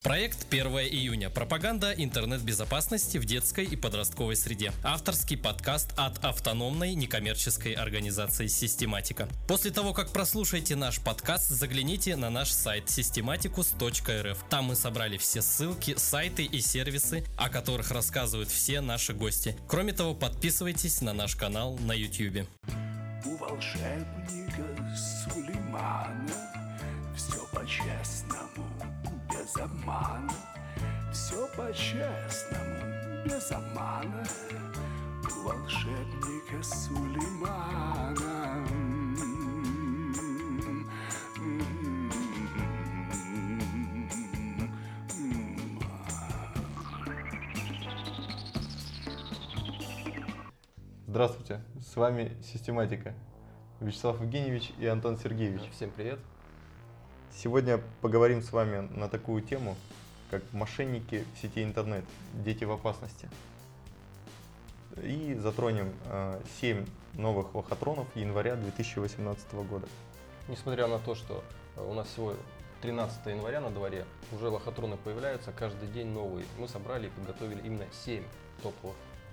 Проект 1 июня. Пропаганда интернет-безопасности в детской и подростковой среде. Авторский подкаст от автономной некоммерческой организации Systematica. После того, как прослушаете наш подкаст, загляните на наш сайт systematicus.rf. Там мы собрали все ссылки, сайты и сервисы, о которых рассказывают все наши гости. Кроме того, подписывайтесь на наш канал на YouTube. У волшебника Сулеймана все по-честному, без обмана. Все по-честному, без обмана. У волшебника Сулеймана. Здравствуйте, с вами Systematica, Вячеслав Евгеньевич и Антон Сергеевич. Всем привет. Сегодня поговорим с вами на такую тему, как мошенники в сети интернет, дети в опасности. И затронем 7 новых лохотронов января 2018 года. Несмотря на то, что у нас всего 13 января на дворе, уже лохотроны появляются, каждый день новые. Мы собрали и подготовили именно 7 топовых.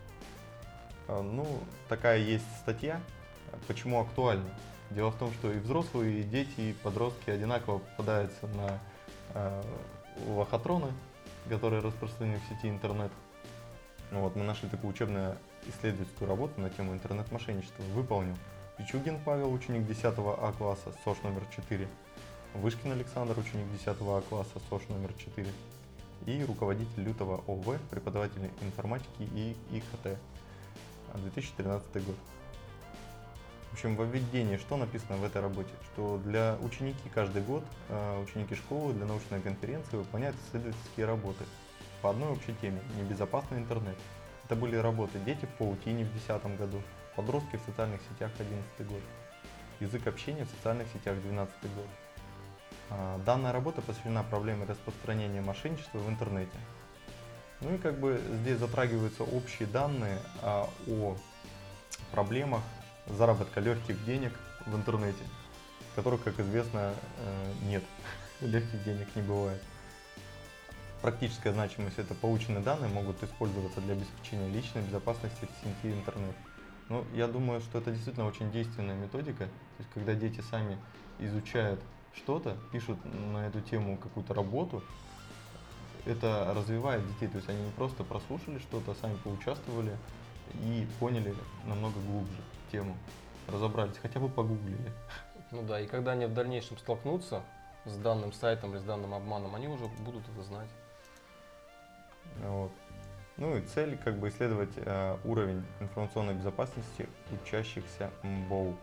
Такая есть статья. Почему актуально? Дело в том, что и взрослые, и дети, и подростки одинаково попадаются на лохотроны, которые распространены в сети интернет. Мы нашли такую учебно-исследовательскую работу на тему интернет-мошенничества. Выполнил Пичугин Павел, ученик 10 А класса, СОЖ номер 4, Вышкин Александр, ученик 10 А класса, СОЖ номер 4, и руководитель Лютого ОВ, преподаватель информатики и ИКТ. 2013 год. В общем, во введении что написано в этой работе? Что для ученики каждый год, ученики школы для научной конференции выполняют исследовательские работы по одной общей теме – небезопасный интернет. Это были работы «Дети в паутине» в 2010 году, «Подростки в социальных сетях» 2011 год, «Язык общения в социальных сетях» 2012 год. Данная работа посвящена проблеме распространения мошенничества в интернете. Здесь затрагиваются общие данные о проблемах заработка легких денег в интернете, которых, как известно, нет. Легких денег не бывает. Практическая значимость – это полученные данные могут использоваться для обеспечения личной безопасности в сети интернет. Я думаю, что это действительно очень действенная методика. То есть, когда дети сами изучают что-то, пишут на эту тему какую-то работу, это развивает детей, то есть они не просто прослушали что-то, а сами поучаствовали и поняли намного глубже тему, разобрались, хотя бы погуглили. И когда они в дальнейшем столкнутся с данным сайтом или с данным обманом, они уже будут это знать. И цель исследовать уровень информационной безопасности учащихся МБОУ.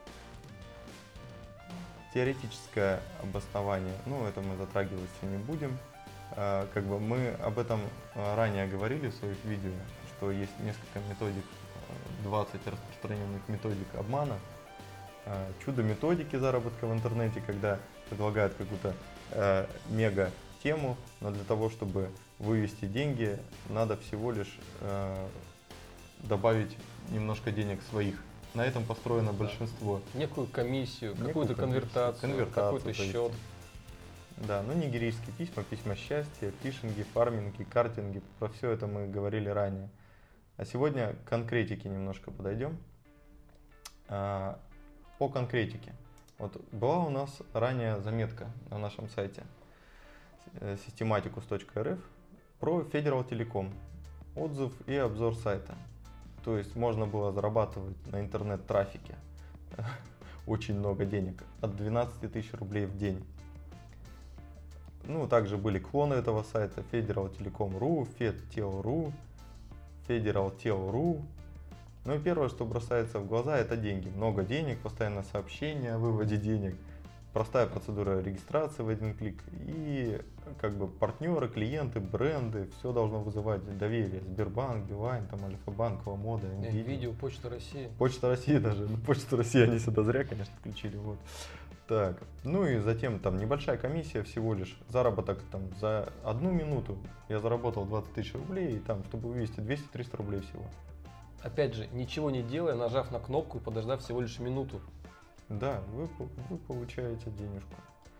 Теоретическое обоснование, это мы затрагивать все не будем. Мы об этом ранее говорили в своих видео, что есть несколько методик, 20 распространенных методик обмана, чудо-методики заработка в интернете, когда предлагают какую-то мега тему, но для того, чтобы вывести деньги, надо всего лишь добавить немножко денег своих. На этом построено большинство. Некую комиссию, какую-то конвертацию, какой-то счет. Нигерийские письма, письма счастья, фишинги, фарминги, картинги, про все это мы говорили ранее. А сегодня к конкретике немножко подойдем. По конкретике. Была у нас ранее заметка на нашем сайте systematicus.rf про Federal Telecom, отзыв и обзор сайта. То есть можно было зарабатывать на интернет-трафике очень много денег, от 12 тысяч рублей в день. Также были клоны этого сайта: Federal Telecom.ru, FedTel.ru, FederalTel.ru. И первое, что бросается в глаза, это деньги. Много денег, постоянно сообщения о выводе денег, простая процедура регистрации в один клик и партнеры, клиенты, бренды, все должно вызывать доверие. Сбербанк, Билайн, Альфа-банк, Ламода, Видео, Почта России. Почта России даже. Почту России они сюда зря, конечно, включили. Так, и затем небольшая комиссия всего лишь, заработок за 1 минуту я заработал 20 тысяч рублей, и чтобы вывести 200-300 рублей всего. Опять же, ничего не делая, нажав на кнопку и подождав всего лишь минуту. Да, вы получаете денежку.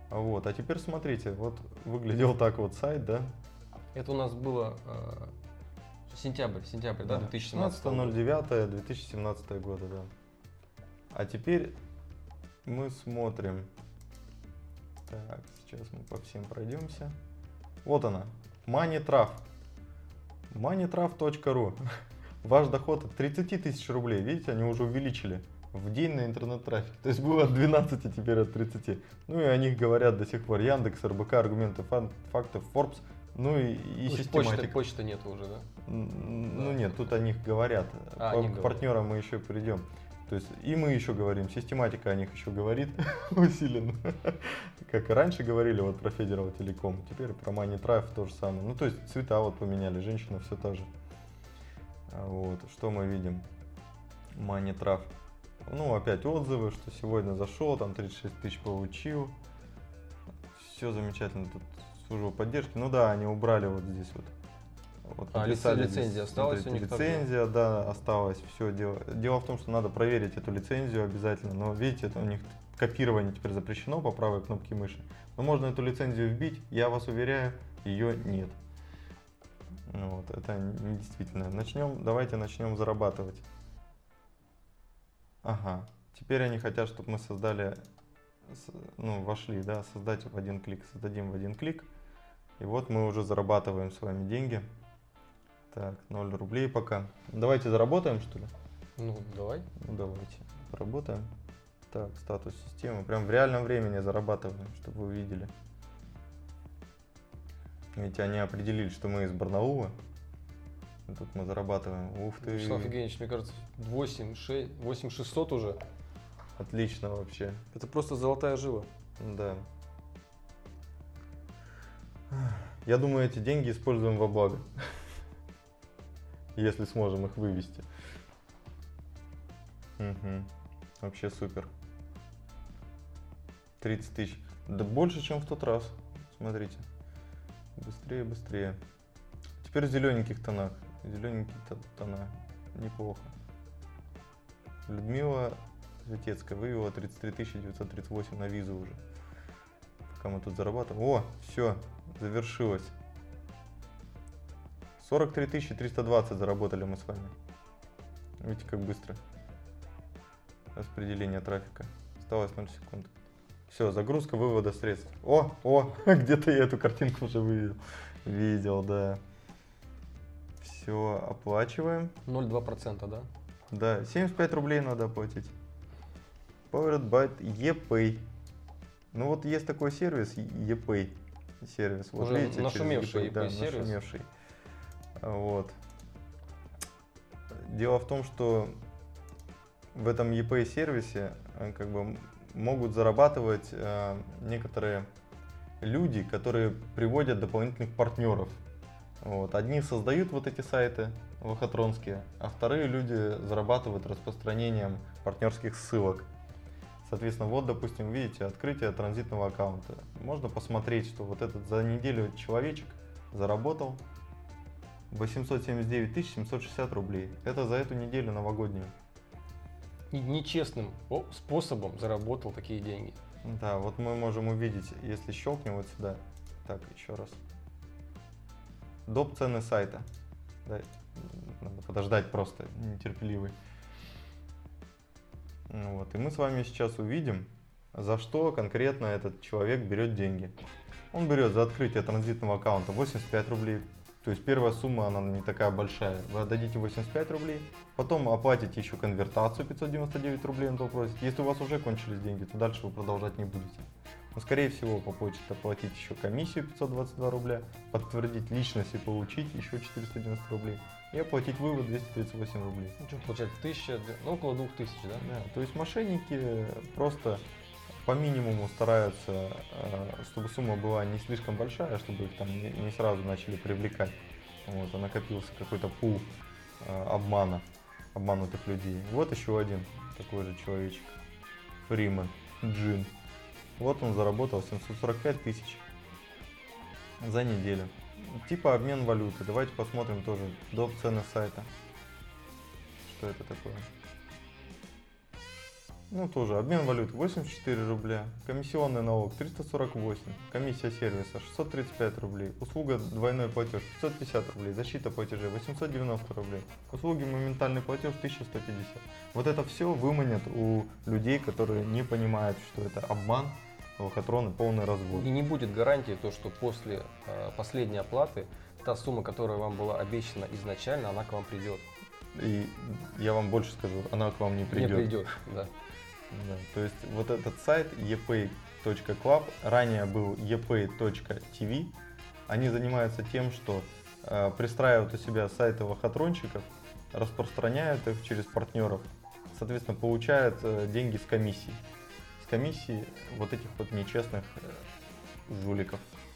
Вот, а теперь смотрите, вот выглядел так вот сайт, да? Это у нас было сентябрь, да, 2017 года. 16.09.2017 года, да. А теперь мы смотрим. Так, сейчас мы по всем пройдемся. Вот она, MoneyTraf. moneytraf.ru. Ваш доход от 30 тысяч рублей. Видите, они уже увеличили в день на интернет-трафик. То есть было от 12, теперь от 30. Ну и о них говорят до сих пор Яндекс, РБК, Аргументы, Факты, Forbes. Ну и систематика. Почта нет уже, да? Ну нет, тут о них говорят. К партнерам мы еще придем. То есть и мы еще говорим, систематика о них еще говорит усиленно. Как и раньше говорили вот про Федерал Телеком, теперь про MoneyTraf то же самое. Ну то есть цвета вот поменяли, женщина все та же. Вот, что мы видим? MoneyTraf. Ну опять отзывы, что сегодня зашел, там 36 тысяч получил. Все замечательно, тут служба поддержки. Ну да, они убрали вот здесь вот. Лицензия осталась у них? Лицензия, да, осталась. Все дело в том, что надо проверить эту лицензию обязательно. Но видите, это у них копирование теперь запрещено по правой кнопке мыши. Но можно эту лицензию вбить, я вас уверяю, ее нет. Вот, это не действительно. Давайте начнем зарабатывать. Ага, теперь они хотят, чтобы мы создали, вошли, да, создать в один клик. Создадим в один клик. И вот мы уже зарабатываем с вами деньги. Так, 0 рублей пока. Давайте заработаем, что ли? Ну, давай. Ну, давайте. Заработаем. Так, статус системы. Прям в реальном времени зарабатываем, чтобы вы увидели. Видите, они определили, что мы из Барнаула. И тут мы зарабатываем. Ух ты. Вячеслав Евгеньевич, мне кажется, 8600 уже. Отлично вообще. Это просто золотая жила. Да. Я думаю, эти деньги используем во благо. Если сможем их вывести. Угу. Вообще супер. 30 тысяч. Да больше, чем в тот раз. Смотрите. Быстрее, быстрее. Теперь в зелененьких тонах. Зелененькие тона. Неплохо. Людмила Светецкая вывела 33 938 на визу уже. Пока мы тут зарабатываем. О, все, завершилось. 43 320 заработали мы с вами. Видите, как быстро. Распределение трафика. Осталось 0 секунд. Все, загрузка вывода средств. О, где-то я эту картинку уже вывел. Видел, да. Все, оплачиваем. 0,2%, да? Да, 75 рублей надо оплатить. Powered by ePay. Ну вот есть такой сервис, ePay сервис. Вот уже видите, нашумевший ePay, да, сервис. Нашумевший. Вот. Дело в том, что в этом ePay сервисе как бы могут зарабатывать некоторые люди, которые приводят дополнительных партнеров. Вот. Одни создают вот эти сайты лохотронские, а вторые люди зарабатывают распространением партнерских ссылок. Соответственно, вот, допустим, видите, открытие транзитного аккаунта. Можно посмотреть, что вот этот за неделю человечек заработал 879 760 рублей. Это за эту неделю новогоднюю. Нечестным способом заработал такие деньги. Да, вот мы можем увидеть, если щелкнем вот сюда. Так, еще раз. Доп. Цены сайта. Да, надо подождать просто, нетерпеливый. Вот, и мы с вами сейчас увидим, за что конкретно этот человек берет деньги. Он берет за открытие транзитного аккаунта 85 рублей. То есть первая сумма, она не такая большая. Вы отдадите 85 рублей, потом оплатите еще конвертацию 599 рублей, он попросит. Если у вас уже кончились деньги, то дальше вы продолжать не будете. Но скорее всего по почте оплатить еще комиссию 522 рубля, подтвердить личность и получить еще 490 рублей. И оплатить вывод 238 рублей. Ну, что получается, 1000, около 2000, да? Да, то есть мошенники просто по минимуму стараются, чтобы сумма была не слишком большая, чтобы их там не сразу начали привлекать. Вот, а накопился какой-то пул обманутых людей. Вот еще один такой же человечек. Фриман Джин. Вот он заработал 745 тысяч за неделю. Типа обмен валюты. Давайте посмотрим тоже доп. Цены сайта. Что это такое? Ну, тоже обмен валют 84 рубля, комиссионный налог 348, комиссия сервиса 635 рублей, услуга двойной платеж 550 рублей, защита платежей 890 рублей, услуги моментальный платеж 1150. Вот это все выманят у людей, которые не понимают, что это обман, лохотрон и полный развод. И не будет гарантии, то, что после последней оплаты та сумма, которая вам была обещана изначально, она к вам придет. И я вам больше скажу, она к вам не придет. Не придет, да. Да, то есть вот этот сайт epay.club, ранее был epay.tv, они занимаются тем, что пристраивают у себя сайты лохотронщиков, распространяют их через партнеров, соответственно, получают деньги с комиссии. С комиссии вот этих вот нечестных жуликов.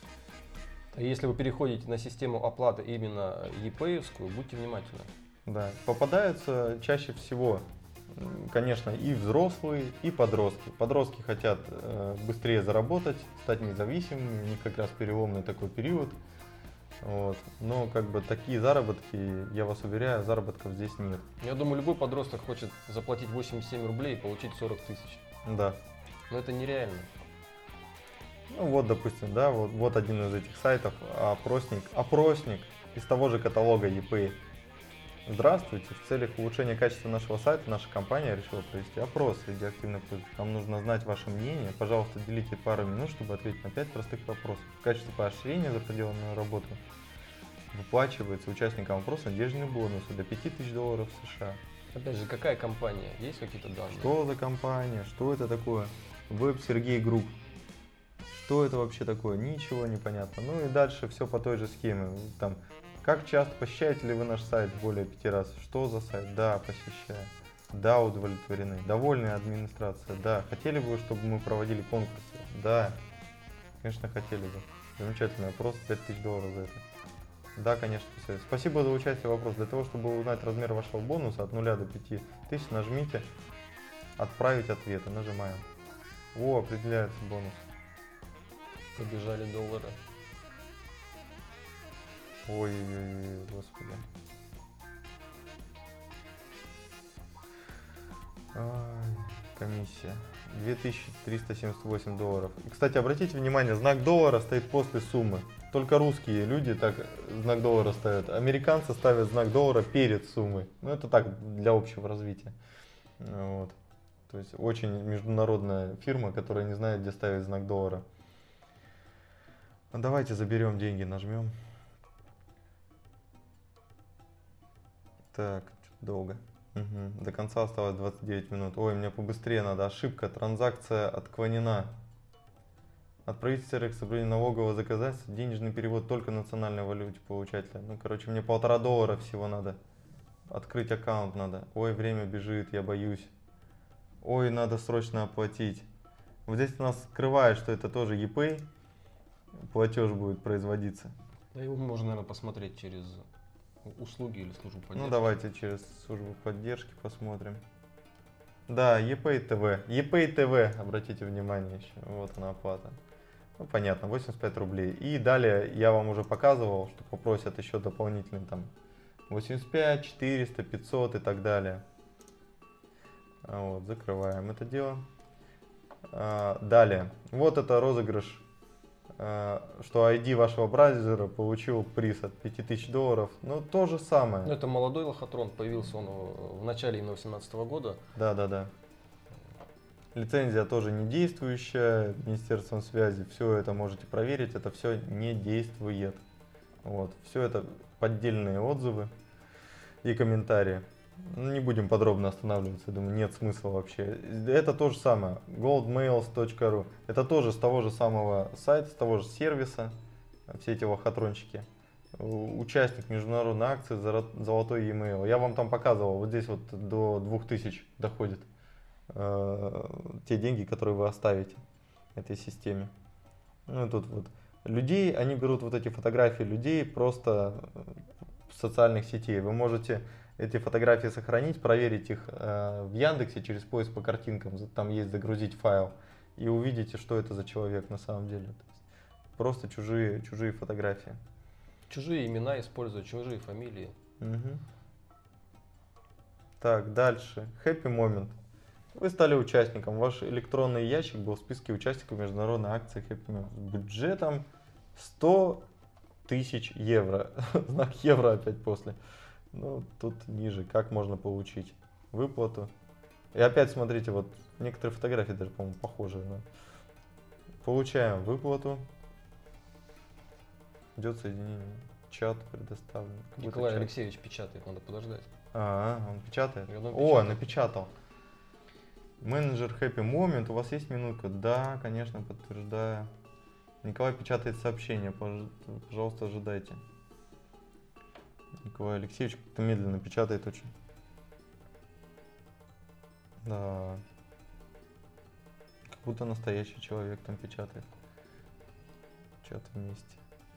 Если вы переходите на систему оплаты именно епеевскую, будьте внимательны. Да, попадаются чаще всего, конечно, и взрослые, и подростки. Подростки хотят быстрее заработать, стать независимыми, у них как раз переломный такой период. Вот. Но как бы такие заработки, я вас уверяю, заработков здесь нет. Я думаю, любой подросток хочет заплатить 87 рублей и получить 40 тысяч. Да. Но это нереально. Ну вот, допустим, да, вот один из этих сайтов, опросник из того же каталога ePay. Здравствуйте, в целях улучшения качества нашего сайта наша компания решила провести опрос среди активных пользователей. Нам нужно знать ваше мнение. Пожалуйста, уделите пару минут, чтобы ответить на 5 простых вопросов. В качестве поощрения за проделанную работу выплачивается участникам опроса денежный бонус до $5000 США. Опять же, какая компания? Есть какие-то данные? Что за компания? Что это такое? Веб Сергей Групп. Что это вообще такое? Ничего не понятно. Ну и дальше все по той же схеме. Там, как часто посещаете ли вы наш сайт более 5 раз? Что за сайт? Да, посещаю. Да, удовлетворены. Довольны администрация? Да. Хотели бы, чтобы мы проводили конкурсы? Да. Конечно, хотели бы. Замечательный опрос, $5000 за это. Да, конечно. Спасибо за участие в вопросе. Для того, чтобы узнать размер вашего бонуса от 0 до 5000, нажмите «Отправить ответы». Нажимаем. О, определяется бонус. Побежали доллары. Ой-ой-ой, господи. Комиссия. $2378. И, кстати, обратите внимание, знак доллара стоит после суммы. Только русские люди так знак доллара ставят. Американцы ставят знак доллара перед суммой. Ну, это так, для общего развития. Вот. То есть очень международная фирма, которая не знает, где ставить знак доллара. Давайте заберем деньги, нажмем. Так, долго. Угу. До конца осталось 29 минут. Ой, мне побыстрее надо. Ошибка. Транзакция отклонена. Отправитель сервис соблюдения налогового законодательства. Денежный перевод только в национальной валюте получателя. Ну, короче, мне $1,5 всего надо. Открыть аккаунт надо. Ой, время бежит, я боюсь. Ой, надо срочно оплатить. Вот здесь у нас скрывает, что это тоже ePay. Платеж будет производиться. Да, его можно, наверное, посмотреть через услуги или службу поддержки. Ну, давайте через службу поддержки посмотрим. Да, ePay TV. ePay TV, обратите внимание еще. Вот она оплата. Ну, понятно, 85 рублей. И далее я вам уже показывал, что попросят еще дополнительные там 85, 400, 500 и так далее. Вот, закрываем это дело. Далее. Вот это розыгрыш, что ID вашего браузера получил приз от $5000. Ну, то же самое. Ну, это молодой лохотрон, появился он в начале именно 2018 года. Да. Лицензия тоже не действующая, Министерством связи, все это можете проверить, это все не действует. Вот, все это поддельные отзывы и комментарии. Ну, не будем подробно останавливаться, думаю, нет смысла вообще. Это то же самое, goldmails.ru, это тоже с того же самого сайта, с того же сервиса, все эти лохотрончики. Участник международной акции «Золотой e-mail». Я вам там показывал, вот здесь вот до 2000 доходит те деньги, которые вы оставите этой системе. Ну, тут вот людей, они берут вот эти фотографии людей просто в социальных сетей. Вы можете эти фотографии сохранить, проверить их в Яндексе через поиск по картинкам. Там есть загрузить файл и увидите, что это за человек на самом деле. То есть просто чужие фотографии. Чужие имена используют, чужие фамилии. Угу. Так, дальше. Happy Moment. Вы стали участником. Ваш электронный ящик был в списке участников международной акции Happy Meal с бюджетом 100 тысяч евро. Знак евро опять после. Ну, тут ниже. Как можно получить выплату? И опять смотрите, вот некоторые фотографии даже, по-моему, похожие. Да? Получаем выплату. Идет соединение. Чат предоставлен. Какой-то Николай чат. Алексеевич печатает, надо подождать. Он печатает? Я думаю, О, печатает. напечатал. Менеджер Happy Moment, у вас есть минутка? Да, конечно, подтверждаю. Николай печатает сообщение, пожалуйста, ожидайте. Николай Алексеевич как-то медленно печатает очень. Да. Как будто настоящий человек там печатает. Чат вместе.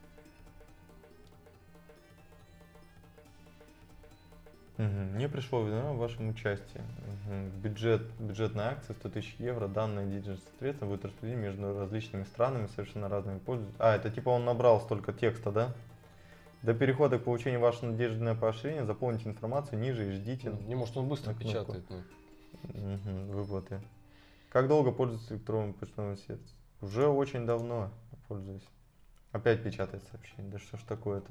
Мне пришло уведомление о вашем участии. Бюджетная акция 100 тысяч евро. Данные денежные средства будут распределены между различными странами, совершенно разными пользователями. Это типа он набрал столько текста, да? До перехода к получению вашего надежденного поощрения заполните информацию ниже и ждите. Не, может, он быстро на кнопку. печатает. Ну. Выплаты. Как долго пользуетесь электронным почтовым сервисом? Уже очень давно пользуюсь. Опять печатает сообщение. Да что ж такое-то?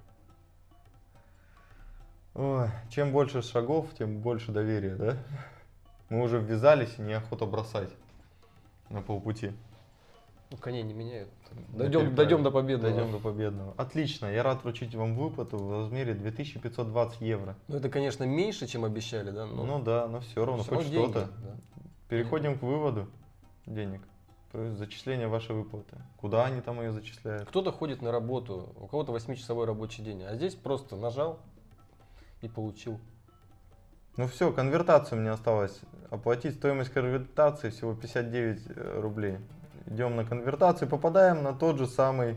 Ой, чем больше шагов, тем больше доверия, да? Мы уже ввязались и неохота бросать на полпути. Ну, коней не меняют. Дойдем Дойдем до победного. Дойдем до победного. Отлично, я рад вручить вам выплату в размере 2520 евро. Ну, это, конечно, меньше, чем обещали, да? Но Ну да, но все равно, всё хоть равно что-то. деньги, да. Переходим к выводу денег. То есть зачисление вашей выплаты. Куда они там ее зачисляют? Кто-то ходит на работу, у кого-то 8-часовой рабочий день, а здесь просто нажал и получил. Ну все, конвертацию мне осталось оплатить. Стоимость конвертации всего 59 рублей. Идем на конвертацию, попадаем на тот же самый,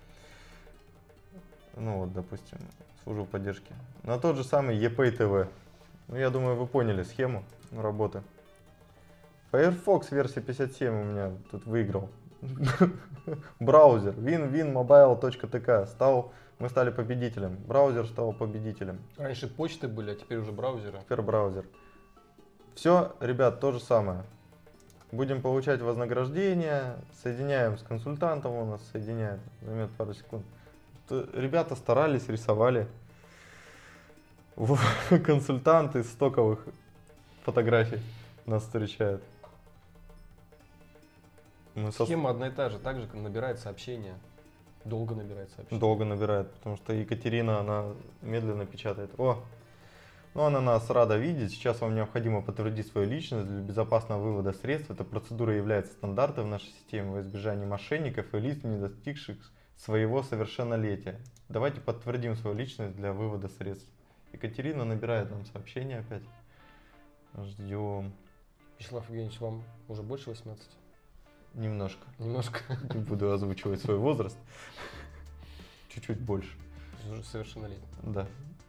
ну вот, допустим, службу поддержки, на тот же самый ePay TV. Ну, я думаю, вы поняли схему работы. Firefox версия 57 у меня тут выиграл. Браузер winwinmobile.tk мы стали победителем. Браузер стал победителем. Раньше почты были, а теперь уже браузеры. Теперь браузер. Все, ребят, то же самое. Будем получать вознаграждение, соединяем с консультантом, он нас соединяет, займет пару секунд. Ребята старались, рисовали. Консультант из стоковых фотографий нас встречает. Схема одна и та же, также набирает сообщения. Долго набирает сообщения. Долго набирает, потому что Екатерина, она медленно печатает. Ну, она нас рада видеть. Сейчас вам необходимо подтвердить свою личность для безопасного вывода средств. Эта процедура является стандартом в нашей системе во избежание мошенников и лиц, не достигших своего совершеннолетия. Давайте подтвердим свою личность для вывода средств. Екатерина набирает нам сообщение опять. Ждем. Вячеслав Евгеньевич, вам уже больше 18? Немножко. Немножко. Не буду озвучивать свой возраст. Чуть-чуть больше. Уже совершеннолетний. Да.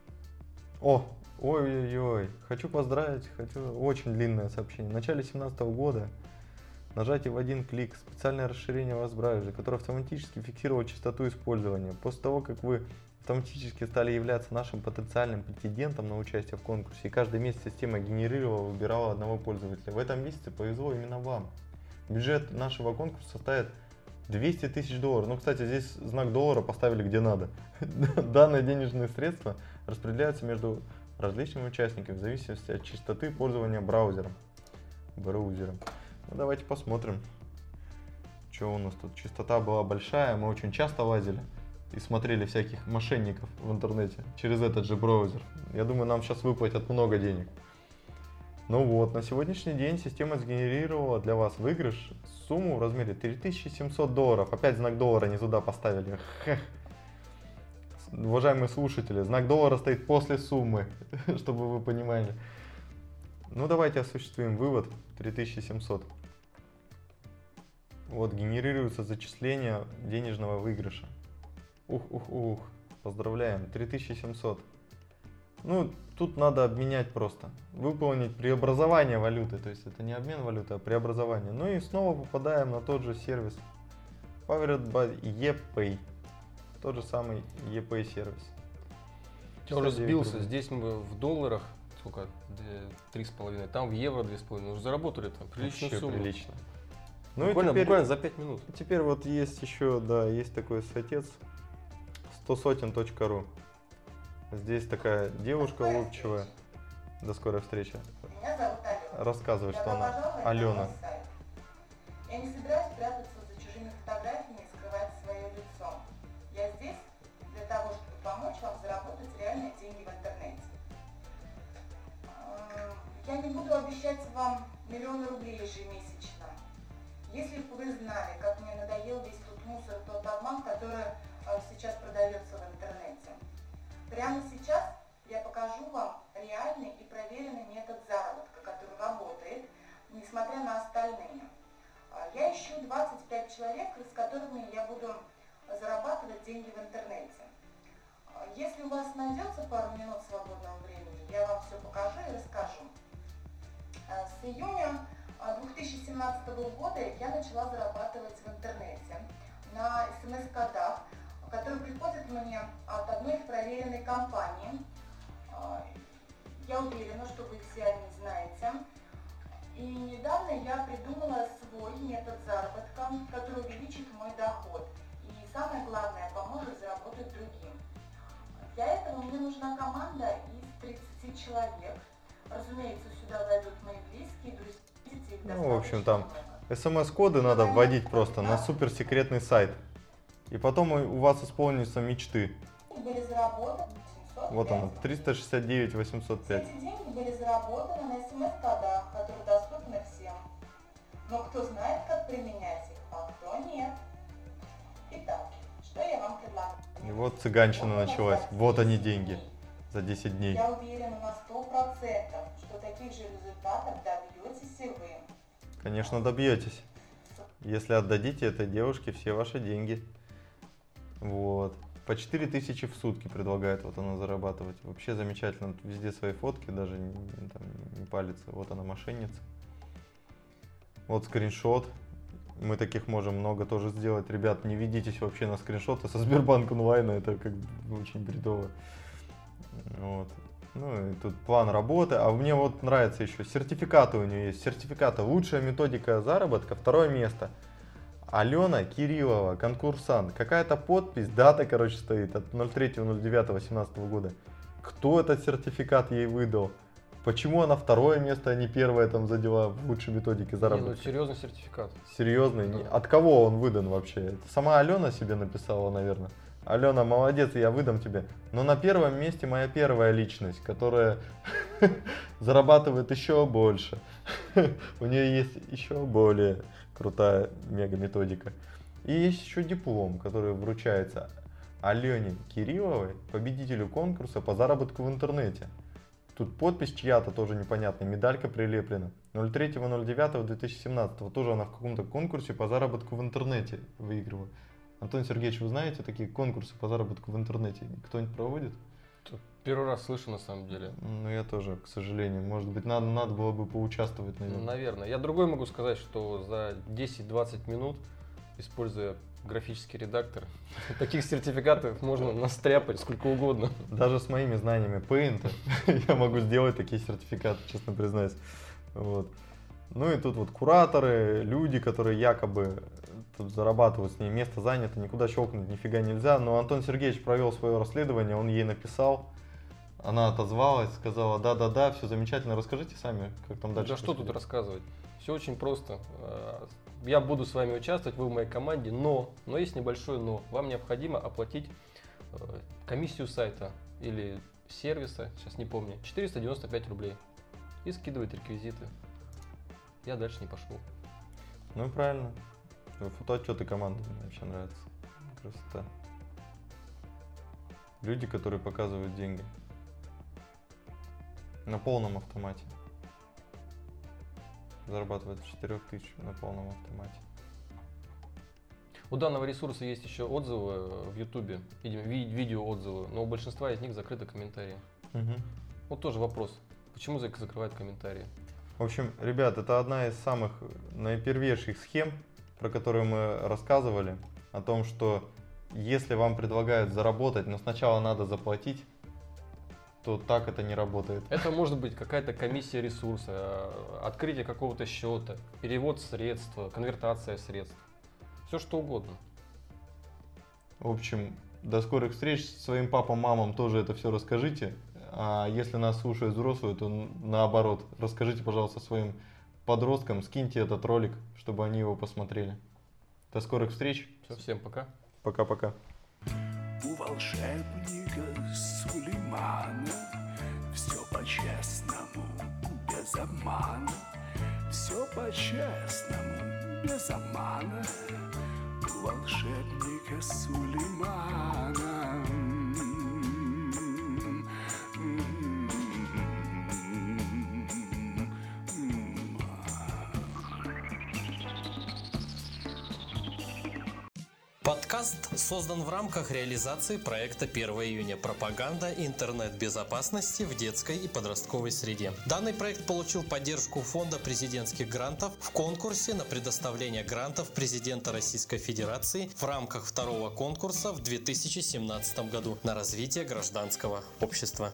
Ой-ой-ой. Хочу поздравить. Очень длинное сообщение. В начале 2017 года нажатие в один клик. Специальное расширение WhatsApp, которое автоматически фиксировало частоту использования. После того, как вы автоматически стали являться нашим потенциальным претендентом на участие в конкурсе, и каждый месяц система генерировала, выбирала одного пользователя. В этом месяце повезло именно вам. Бюджет нашего конкурса составит 200 тысяч долларов. Ну, кстати, здесь знак доллара поставили где надо. Данные денежные средства распределяются между различными участниками в зависимости от частоты пользования браузером. Ну, давайте посмотрим, что у нас тут. Частота была большая, мы очень часто лазили и смотрели всяких мошенников в интернете через этот же браузер. Я думаю, нам сейчас выплатят много денег. Ну вот, на сегодняшний день система сгенерировала для вас выигрыш, сумму в размере 3700 долларов. Опять знак доллара не туда поставили. Уважаемые слушатели, знак доллара стоит после суммы, чтобы вы понимали. Ну давайте осуществим вывод 3700. Вот, генерируется зачисление денежного выигрыша. Ух, поздравляем, 3700. Ну, тут надо обменять просто. Выполнить преобразование валюты. То есть это не обмен валюты, а преобразование. Ну и снова попадаем на тот же сервис. Powered by ePay. Тот же самый ePay сервис. Я уже сбился. Здесь мы в долларах. сколько, 3,5, там в евро 2,5, уже заработали там приличную Вообще сумму. прилично. Ну Буквально, и теперь, буквально за 5 минут. теперь вот есть еще, да, есть такой сайтец 100soten.ru. Здесь такая девушка улыбчивая. До скорой встречи. Меня зовут Алена. Рассказывает, что она Добро пожаловать на Алена. наш сайт. Я не собираюсь прятаться за чужими фотографиями и скрывать свое лицо. Я здесь для того, чтобы помочь вам заработать реальные деньги в интернете. Я не буду обещать вам миллионы рублей ежемесячно. Если бы вы знали, как мне надоел весь тот мусор, тот обман, который сейчас продается в интернете. Прямо сейчас я покажу вам реальный и проверенный метод заработка, который работает, несмотря на остальные. Я ищу 25 человек, с которыми я буду зарабатывать деньги в интернете. Если у вас найдется пару минут свободного времени, я вам все покажу и расскажу. С июня 2017 года я начала зарабатывать в интернете на смс-кодах, которые приходят мне от одной проверенной компании. Я уверена, что вы все о ней знаете. И недавно я придумала свой метод заработка, который увеличит мой доход. И самое главное, поможет заработать другим. Для этого мне нужна команда из 30 человек. Разумеется, сюда войдут мои близкие, друзья. Ну, в общем, там смс-коды надо вводить просто на суперсекретный сайт. И потом у вас исполнятся мечты. Были заработаны 805. Вот оно, 369 805. Эти деньги были заработаны на смс-кодах, которые доступны всем. Но кто знает, как применять их, а кто нет. Итак, что я вам предлагаю? И вот цыганщина началась. Вот они деньги за 10 дней. Я уверена на 100%, что таких же результатов добьетесь и вы. Конечно, добьетесь. Если отдадите этой девушке все ваши деньги. Вот. По 4000 в сутки предлагает вот она зарабатывать. Вообще замечательно. Тут везде свои фотки, даже там, не палится. Вот она мошенница. Вот скриншот. Мы таких можем много тоже сделать. Ребят, не ведитесь вообще на скриншоты со Сбербанк онлайна. Это как бы очень бредово. Вот. Ну и тут план работы. А мне вот нравится еще. Сертификаты у нее есть. Сертификаты. Лучшая методика заработка. 2 место. Алена Кириллова, конкурсант. Какая-то подпись, дата, короче, стоит от 03.09.18 года. Кто этот сертификат ей выдал? Почему она 2 место, а не 1 там задела в лучшей методике заработка? Не, ну серьезный сертификат. Серьезный? Да. От кого он выдан вообще? Это сама Алена себе написала, наверное. Алена, молодец, я выдам тебе. Но на 1 месте моя первая личность, которая зарабатывает еще больше. У нее есть еще более крутая мега-методика. И есть еще диплом, который вручается Алене Кирилловой, победителю конкурса по заработку в интернете. Тут подпись чья-то тоже непонятная, медалька прилеплена. 03.09.2017. Тоже она в каком-то конкурсе по заработку в интернете выигрывала. Антон Сергеевич, вы знаете такие конкурсы по заработку в интернете? Кто-нибудь проводит? Первый раз слышу на самом деле. Ну, я тоже, к сожалению. Может быть, надо было бы поучаствовать, наверное. Наверное. Я другой могу сказать, что за 10-20 минут, используя графический редактор, таких сертификатов можно настряпать сколько угодно. Даже с моими знаниями Paint я могу сделать такие сертификаты, честно признаюсь. Вот. Ну и тут вот кураторы, люди, которые якобы тут зарабатывают с ней, место занято, никуда щелкнуть нифига нельзя. Но Антон Сергеевич провел свое расследование, он ей написал. Она отозвалась, сказала, да, все замечательно, расскажите сами, как там дальше. Да что тут рассказывать? Все очень просто. Я буду с вами участвовать, вы в моей команде, но есть небольшое но. Вам необходимо оплатить комиссию сайта или сервиса, сейчас не помню, 495 рублей. И скидывать реквизиты. Я дальше не пошел. Ну и правильно. Фотоотчеты команды мне вообще нравятся. Красота. Люди, которые показывают деньги. На полном автомате. Зарабатывает 4000 на полном автомате. У данного ресурса есть еще отзывы в Ютубе, видео отзывы, но у большинства из них закрыты комментарии. Угу. Вот тоже вопрос, почему закрывают комментарии? В общем, ребят, это одна из самых наипервейших схем, про которые мы рассказывали, о том, что если вам предлагают заработать, но сначала надо заплатить, то так это не работает. Это может быть какая-то комиссия ресурса, открытие какого-то счета, перевод средств, конвертация средств. Все что угодно. В общем, до скорых встреч. Своим папам, мамам тоже это все расскажите. А если нас слушают взрослые, то наоборот, расскажите, пожалуйста, своим подросткам, скиньте этот ролик, чтобы они его посмотрели. До скорых встреч. Все, всем пока. Пока-пока. У волшебника Сулеймана все по-честному, без обмана. Все по-честному, без обмана. У волшебника Сулеймана. Подкаст создан в рамках реализации проекта 1 июня «Пропаганда интернет-безопасности в детской и подростковой среде». Данный проект получил поддержку Фонда президентских грантов в конкурсе на предоставление грантов президента Российской Федерации в рамках второго конкурса в 2017 году на развитие гражданского общества.